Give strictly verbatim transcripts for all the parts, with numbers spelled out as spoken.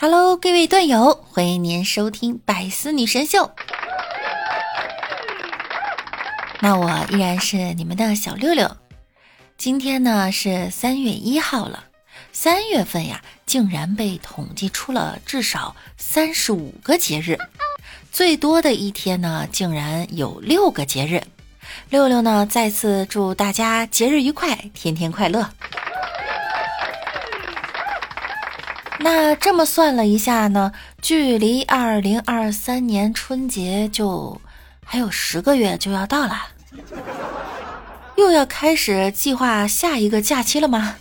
Hello， 各位段友，欢迎您收听百思女神秀。那我依然是你们的小六六。今天呢是三月一号了，三月份呀，竟然被统计出了至少三十五个节日，最多的一天呢，竟然有六个节日。六六呢，再次祝大家节日愉快，天天快乐。那这么算了一下呢，距离二零二三年春节就还有十个月就要到了，又要开始计划下一个假期了吗？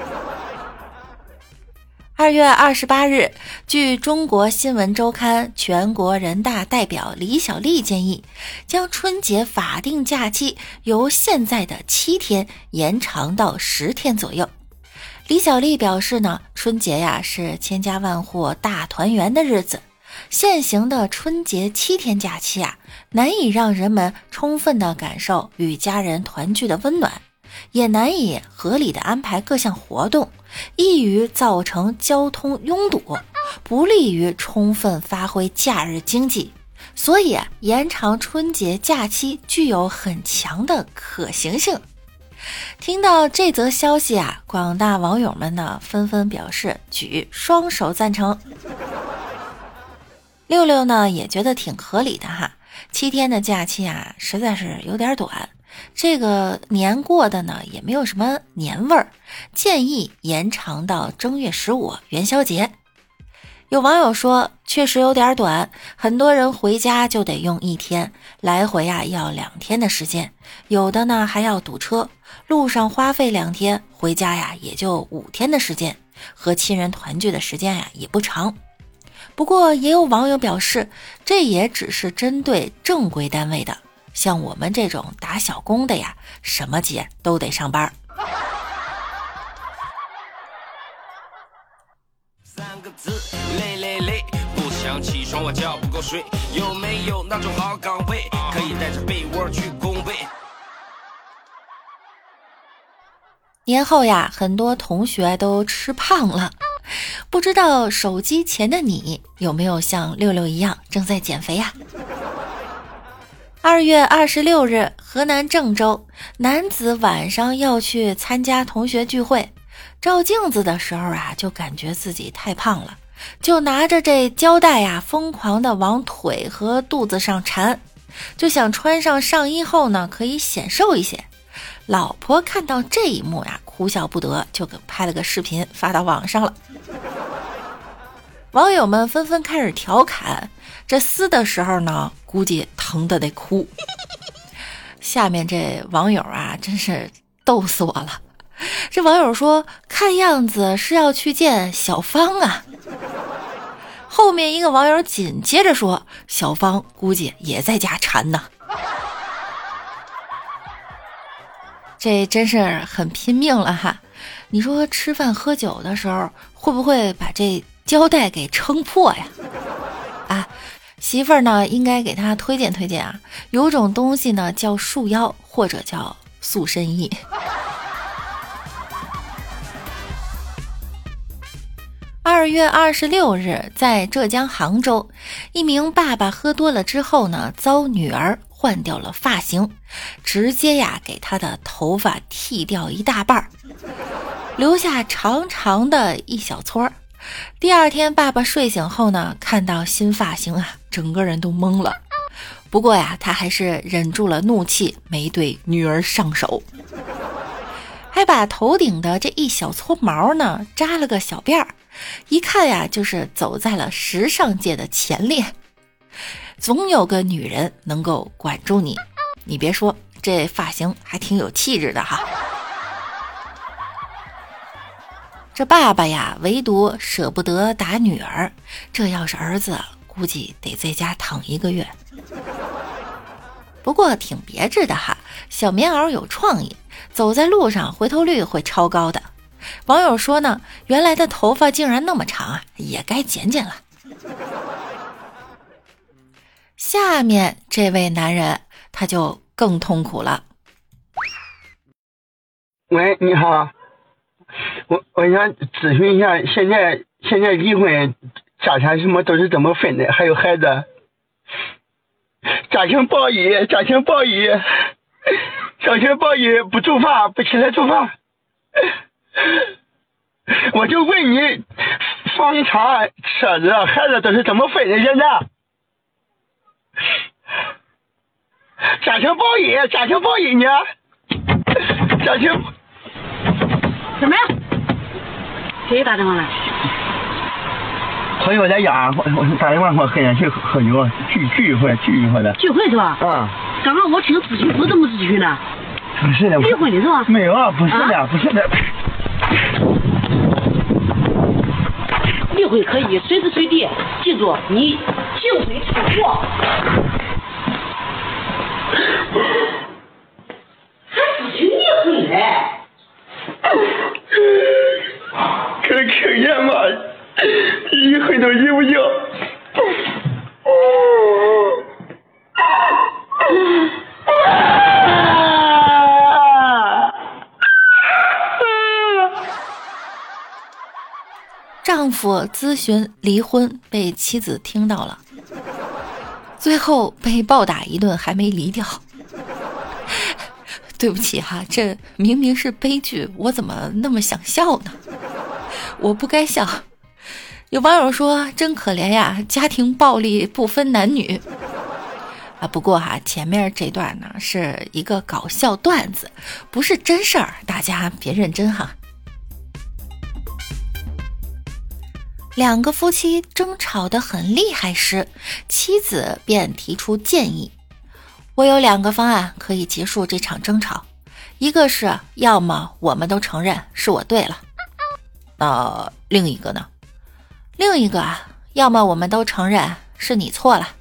二月二十八日，据中国新闻周刊，全国人大代表李小丽建议，将春节法定假期由现在的七天延长到十天左右。李小丽表示呢，春节呀是千家万户大团圆的日子，现行的春节七天假期啊，难以让人们充分的感受与家人团聚的温暖，也难以合理的安排各项活动，易于造成交通拥堵，不利于充分发挥假日经济，所以啊，延长春节假期具有很强的可行性。听到这则消息啊，广大网友们呢纷纷表示举双手赞成。六六呢也觉得挺合理的哈，七天的假期啊实在是有点短，这个年过的呢也没有什么年味儿，建议延长到正月十五元宵节。有网友说确实有点短，很多人回家就得用一天，来回啊要两天的时间，有的呢还要堵车，路上花费两天，回家呀也就五天的时间，和亲人团聚的时间呀也不长。不过也有网友表示，这也只是针对正规单位的，像我们这种打小工的呀，什么节都得上班。 三个字，累累累，不想起床我觉不够睡，有没有那种好岗位，可以带着被窝去工位。 年后呀，很多同学都吃胖了，不知道手机前的你有没有像六六一样正在减肥呀？二月二十六日，河南郑州男子晚上要去参加同学聚会，照镜子的时候啊，就感觉自己太胖了，就拿着这胶带呀，疯狂的往腿和肚子上缠，就想穿上上衣后呢，可以显瘦一些。老婆看到这一幕呀，哭笑不得，就给拍了个视频发到网上了。网友们纷纷开始调侃，这撕的时候呢，估计疼得得哭。下面这网友啊，真是逗死我了。这网友说，看样子是要去见小芳啊。后面一个网友紧接着说，小芳估计也在家馋呢。这真是很拼命了哈！你说吃饭喝酒的时候，会不会把这胶带给撑破呀？啊，媳妇儿呢，应该给他推荐推荐啊，有种东西呢叫束腰，或者叫塑身衣。二月二十六日，在浙江杭州，一名爸爸喝多了之后呢，遭女儿换掉了发型，直接呀给他的头发剃掉一大半，留下长长的一小撮。第二天爸爸睡醒后呢，看到新发型啊，整个人都懵了。不过呀，他还是忍住了怒气，没对女儿上手，还把头顶的这一小撮毛呢扎了个小辫儿，一看呀就是走在了时尚界的前列。总有个女人能够管住你，你别说，这发型还挺有气质的哈。这爸爸呀，唯独舍不得打女儿，这要是儿子，估计得在家躺一个月。不过挺别致的哈，小棉袄有创意，走在路上回头率会超高的。网友说呢，原来的头发竟然那么长啊，也该剪剪了。下面这位男人他就更痛苦了。 喂，你好，我我想咨询一下，现在现在离婚家产什么都是这么分的，还有孩子，家庭暴力，家庭暴力，家庭暴力不处罚，不起来处罚。我就问你，房产、车子、孩子都是怎么分的？现在，家庭暴力，家庭暴力呢？家庭什么呀？谁打电话来？ 朋友在家，我我打电话说跟人去喝喝酒，聚聚一会聚一会的。 聚会是吧？ 啊、嗯。 刚刚我听咨询不怎么咨询呢？ 不是的。 离婚的是吧？ 没有啊，不是的，啊、不是的。 离婚可以随时随地，记住你净水出货。还不许离婚嘞？ 可可怜嘛，离婚都离不掉。 丈夫咨询离婚被妻子听到了，最后被暴打一顿还没离掉。对不起哈，这明明是悲剧，我怎么那么想笑呢？我不该笑。有网友说真可怜呀，家庭暴力不分男女啊。不过哈，前面这段呢是一个搞笑段子，不是真事儿，大家别认真哈。两个夫妻争吵得很厉害时，妻子便提出建议：我有两个方案可以结束这场争吵，一个是要么我们都承认是我对了，那另一个呢？另一个啊，要么我们都承认是你错了。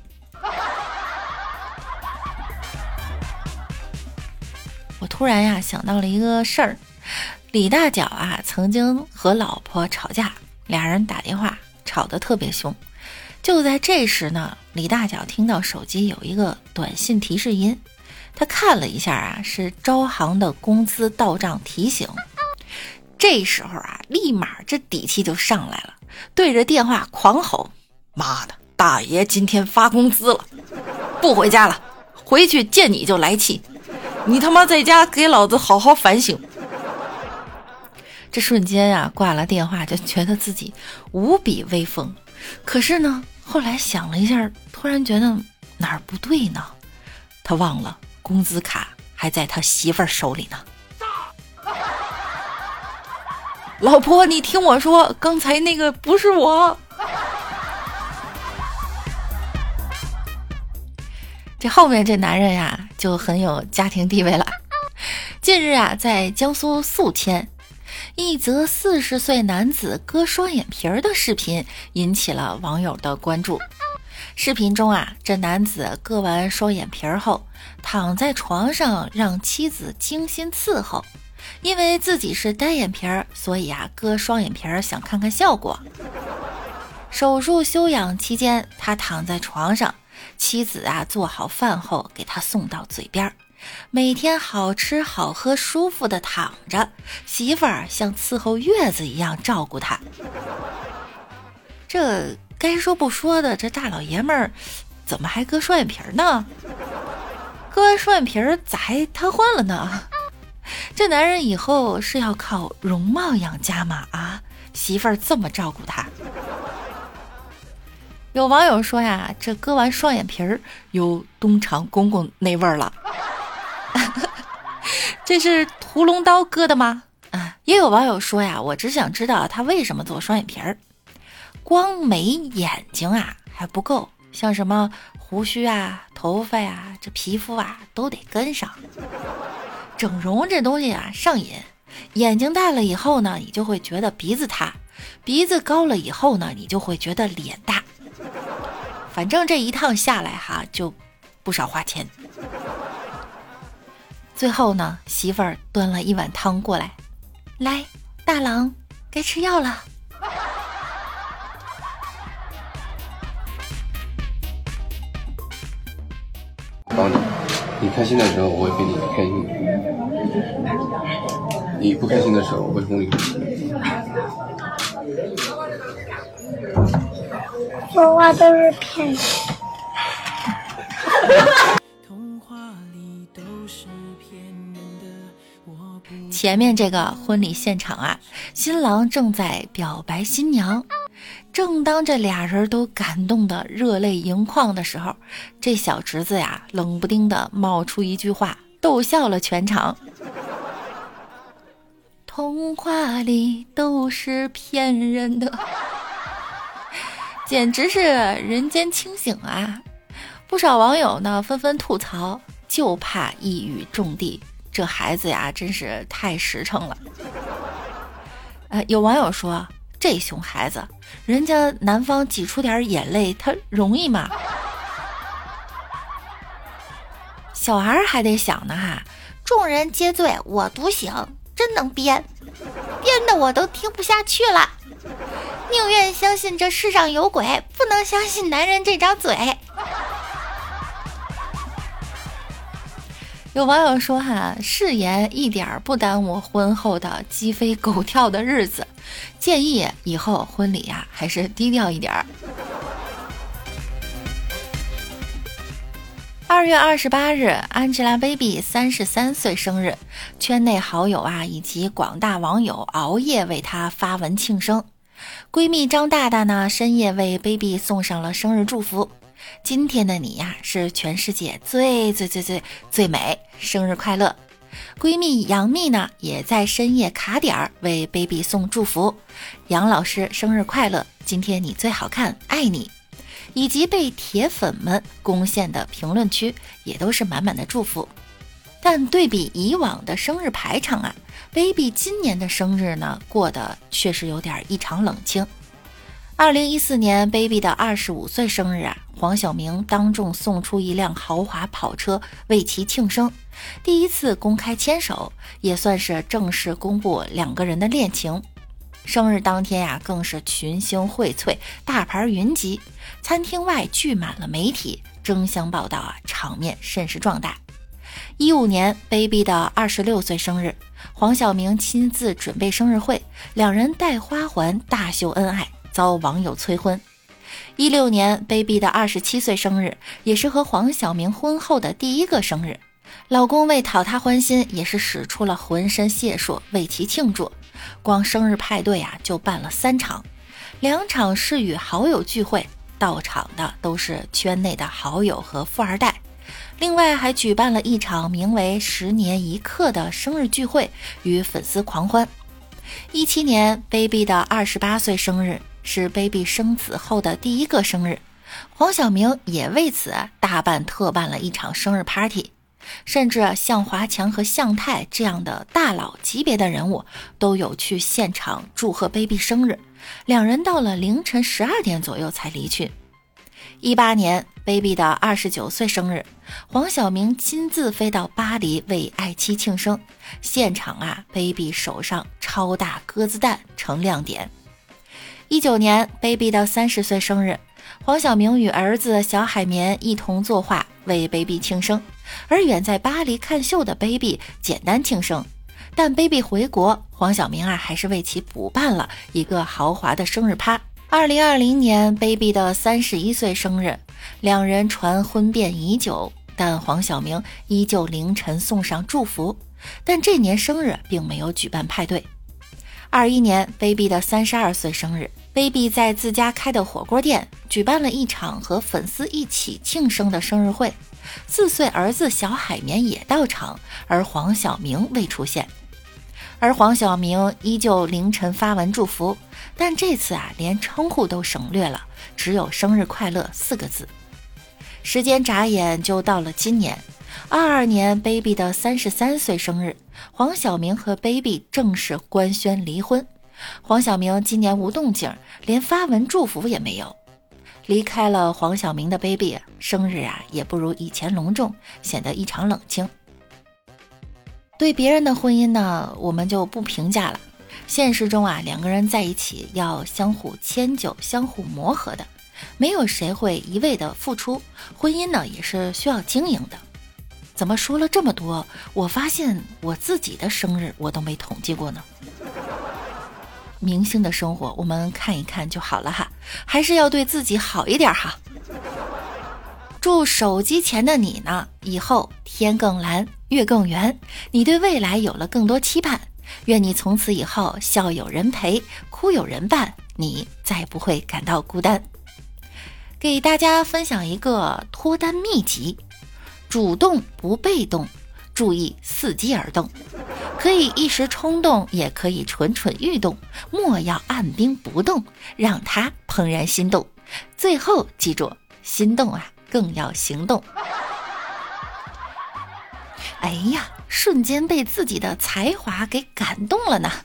我突然呀想到了一个事儿，李大脚啊曾经和老婆吵架，俩人打电话吵得特别凶。就在这时呢，李大脚听到手机有一个短信提示音，他看了一下啊，是招行的工资到账提醒。这时候啊，立马这底气就上来了，对着电话狂吼：妈的，大爷今天发工资了，不回家了，回去见你就来气，你他妈在家给老子好好反省。这瞬间啊，挂了电话就觉得自己无比威风。可是呢，后来想了一下，突然觉得哪儿不对呢？他忘了工资卡还在他媳妇儿手里呢。老婆，你听我说，刚才那个不是我。这后面这男人呀，就很有家庭地位了。近日啊，在江苏宿迁，一则四十岁男子割双眼皮儿的视频引起了网友的关注。视频中啊，这男子割完双眼皮儿后，躺在床上让妻子精心伺候。因为自己是单眼皮儿，所以啊，割双眼皮儿想看看效果。手术休养期间，他躺在床上，妻子啊做好饭后给他送到嘴边，每天好吃好喝舒服的躺着，媳妇儿像伺候月子一样照顾他。这该说不说的，这大老爷们儿怎么还割双眼皮儿呢？割完双眼皮儿咋还瘫痪了呢？这男人以后是要靠容貌养家吗？啊，媳妇儿这么照顾他。有网友说呀，这割完双眼皮儿有东厂公公那味儿了。这是屠龙刀割的吗？啊，也有网友说呀，我只想知道他为什么做双眼皮儿，光眉眼睛啊还不够，像什么胡须啊、头发呀、啊、这皮肤啊都得跟上。整容这东西啊上瘾，眼睛大了以后呢，你就会觉得鼻子塌，鼻子高了以后呢，你就会觉得脸大。反正这一趟下来哈，就不少花钱。最后呢，媳妇儿端了一碗汤过来，来，大郎，该吃药了。 帮你，你开心的时候我会陪你开心，你不开心的时候我会哄你。 说话都是骗人。 前面这个婚礼现场啊，新郎正在表白新娘，正当这俩人都感动得热泪盈眶的时候，这小侄子呀冷不丁的冒出一句话，逗笑了全场。童话里都是骗人的，简直是人间清醒啊！不少网友呢纷纷吐槽，就怕一语中的，这孩子呀真是太实诚了。呃，有网友说，这熊孩子，人家男方挤出点眼泪他容易吗？小孩还得想呢哈，众人皆醉我独醒，真能编，编的我都听不下去了。宁愿相信这世上有鬼，不能相信男人这张嘴。有网友说哈，誓言一点不耽误婚后的鸡飞狗跳的日子，建议以后婚礼呀、啊、还是低调一点。二月二十八日 Angelababy 三十三岁生日，圈内好友啊以及广大网友熬夜为她发文庆生。闺蜜张大大呢深夜为 baby 送上了生日祝福，今天的你呀是全世界最最最最最美，生日快乐。闺蜜杨幂呢也在深夜卡点儿为 baby 送祝福，杨老师生日快乐，今天你最好看，爱你。以及被铁粉们攻陷的评论区也都是满满的祝福。但对比以往的生日排场啊， baby 今年的生日呢过得确实有点异常冷清。二零一四年 baby 的二十五岁生日啊，黄晓明当众送出一辆豪华跑车为其庆生，第一次公开牵手，也算是正式公布两个人的恋情。生日当天呀、啊，更是群星荟萃，大牌云集，餐厅外聚满了媒体，争相报道啊，场面甚是壮大。一五年 baby 的二十六岁生日，黄晓明亲自准备生日会，两人戴花环大秀恩爱，遭网友催婚。一六年 baby 的二十七岁生日，也是和黄晓明婚后的第一个生日，老公为讨她欢心，也是使出了浑身解数为其庆祝。光生日派对啊就办了三场，两场是与好友聚会，到场的都是圈内的好友和富二代，另外还举办了一场名为十年一刻的生日聚会，与粉丝狂欢。一七年 baby 的二十八岁生日，是 baby 生子后的第一个生日，黄晓明也为此大办特办了一场生日 party，甚至像华强和向太这样的大佬级别的人物都有去现场祝贺 baby 生日，两人到了凌晨十二点左右才离去。一八年 baby 的二十九岁生日，黄晓明亲自飞到巴黎为爱妻庆生，现场啊 baby 手上超大鸽子蛋成亮点。一九年 baby 的三十岁生日，黄晓明与儿子小海绵一同作画为 baby 庆生，而远在巴黎看秀的 baby 简单庆生，但 baby 回国，黄晓明啊还是为其补办了一个豪华的生日趴。二零二零年 baby 的三十一岁生日，两人传婚变已久，但黄晓明依旧凌晨送上祝福，但这年生日并没有举办派对。二一年 baby 的三十二岁生日， baby 在自家开的火锅店举办了一场和粉丝一起庆生的生日会，四岁儿子小海绵也到场，而黄晓明未出现。而黄晓明依旧凌晨发文祝福，但这次啊连称呼都省略了，只有生日快乐四个字。时间眨眼就到了今年二二年 baby 的三十三岁生日，黄晓明和 baby 正式官宣离婚。黄晓明今年无动静，连发文祝福也没有。离开了黄晓明的 baby， 生日啊也不如以前隆重，显得异常冷清。对别人的婚姻呢，我们就不评价了。现实中啊，两个人在一起要相互迁就、相互磨合的，没有谁会一味的付出。婚姻呢，也是需要经营的。怎么说了这么多，我发现我自己的生日我都没统计过呢。 明星的生活我们看一看就好了哈，还是要对自己好一点哈。祝手机前的你呢，以后天更蓝月更圆，你对未来有了更多期盼，愿你从此以后笑有人陪，哭有人伴，你再不会感到孤单。给大家分享一个脱单秘籍，主动不被动，注意伺机而动，可以一时冲动，也可以蠢蠢欲动，莫要按兵不动，让他怦然心动。最后记住，心动啊更要行动。哎呀，瞬间被自己的才华给感动了呢。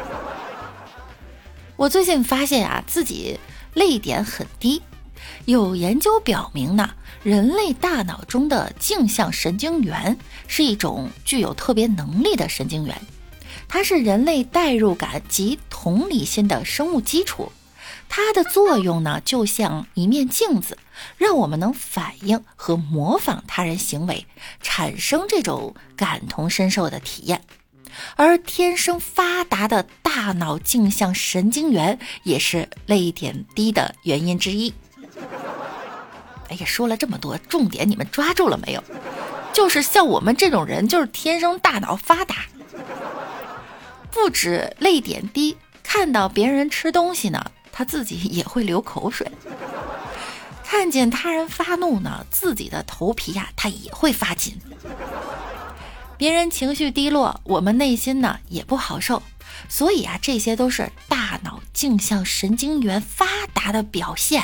我最近发现啊，自己泪点很低。有研究表明呢，人类大脑中的镜像神经元是一种具有特别能力的神经元，它是人类代入感及同理心的生物基础。它的作用呢，就像一面镜子，让我们能反映和模仿他人行为，产生这种感同身受的体验。而天生发达的大脑镜像神经元也是泪点低的原因之一。哎呀，说了这么多，重点你们抓住了没有？就是像我们这种人，就是天生大脑发达。不止泪点低，看到别人吃东西呢，他自己也会流口水。看见他人发怒呢，自己的头皮呀、啊，他也会发紧。别人情绪低落，我们内心呢也不好受。所以啊，这些都是大脑镜像神经元发达的表现。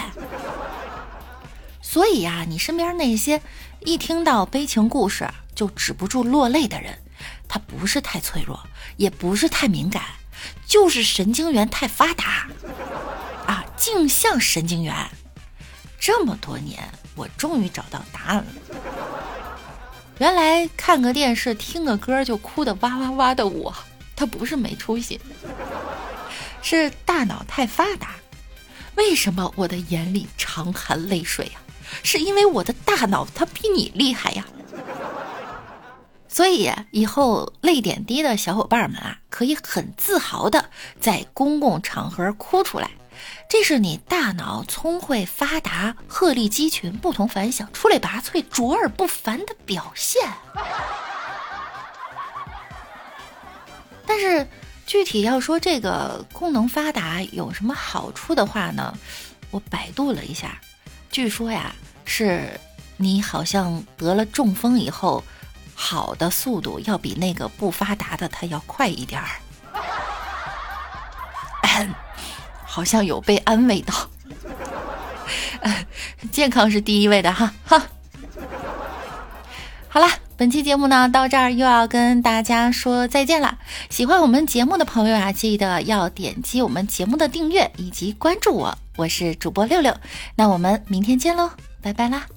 所以啊，你身边那些一听到悲情故事就止不住落泪的人，他不是太脆弱，也不是太敏感，就是神经元太发达啊！镜像神经元。这么多年，我终于找到答案了。原来看个电视、听个歌就哭得哇哇哇的我，他不是没出息，是大脑太发达。为什么我的眼里常含泪水啊？是因为我的大脑它比你厉害呀。所以以后泪点低的小伙伴们啊，可以很自豪的在公共场合哭出来，这是你大脑聪慧发达、鹤立鸡群、不同凡响、出类拔萃、卓尔不凡的表现。但是具体要说这个功能发达有什么好处的话呢，我百度了一下，据说呀，是你好像得了中风以后，好的速度要比那个不发达的它要快一点儿。好像有被安慰到。健康是第一位的哈哈。好啦，本期节目呢到这儿又要跟大家说再见了。喜欢我们节目的朋友啊，记得要点击我们节目的订阅以及关注我，我是主播六六。那我们明天见喽，拜拜啦。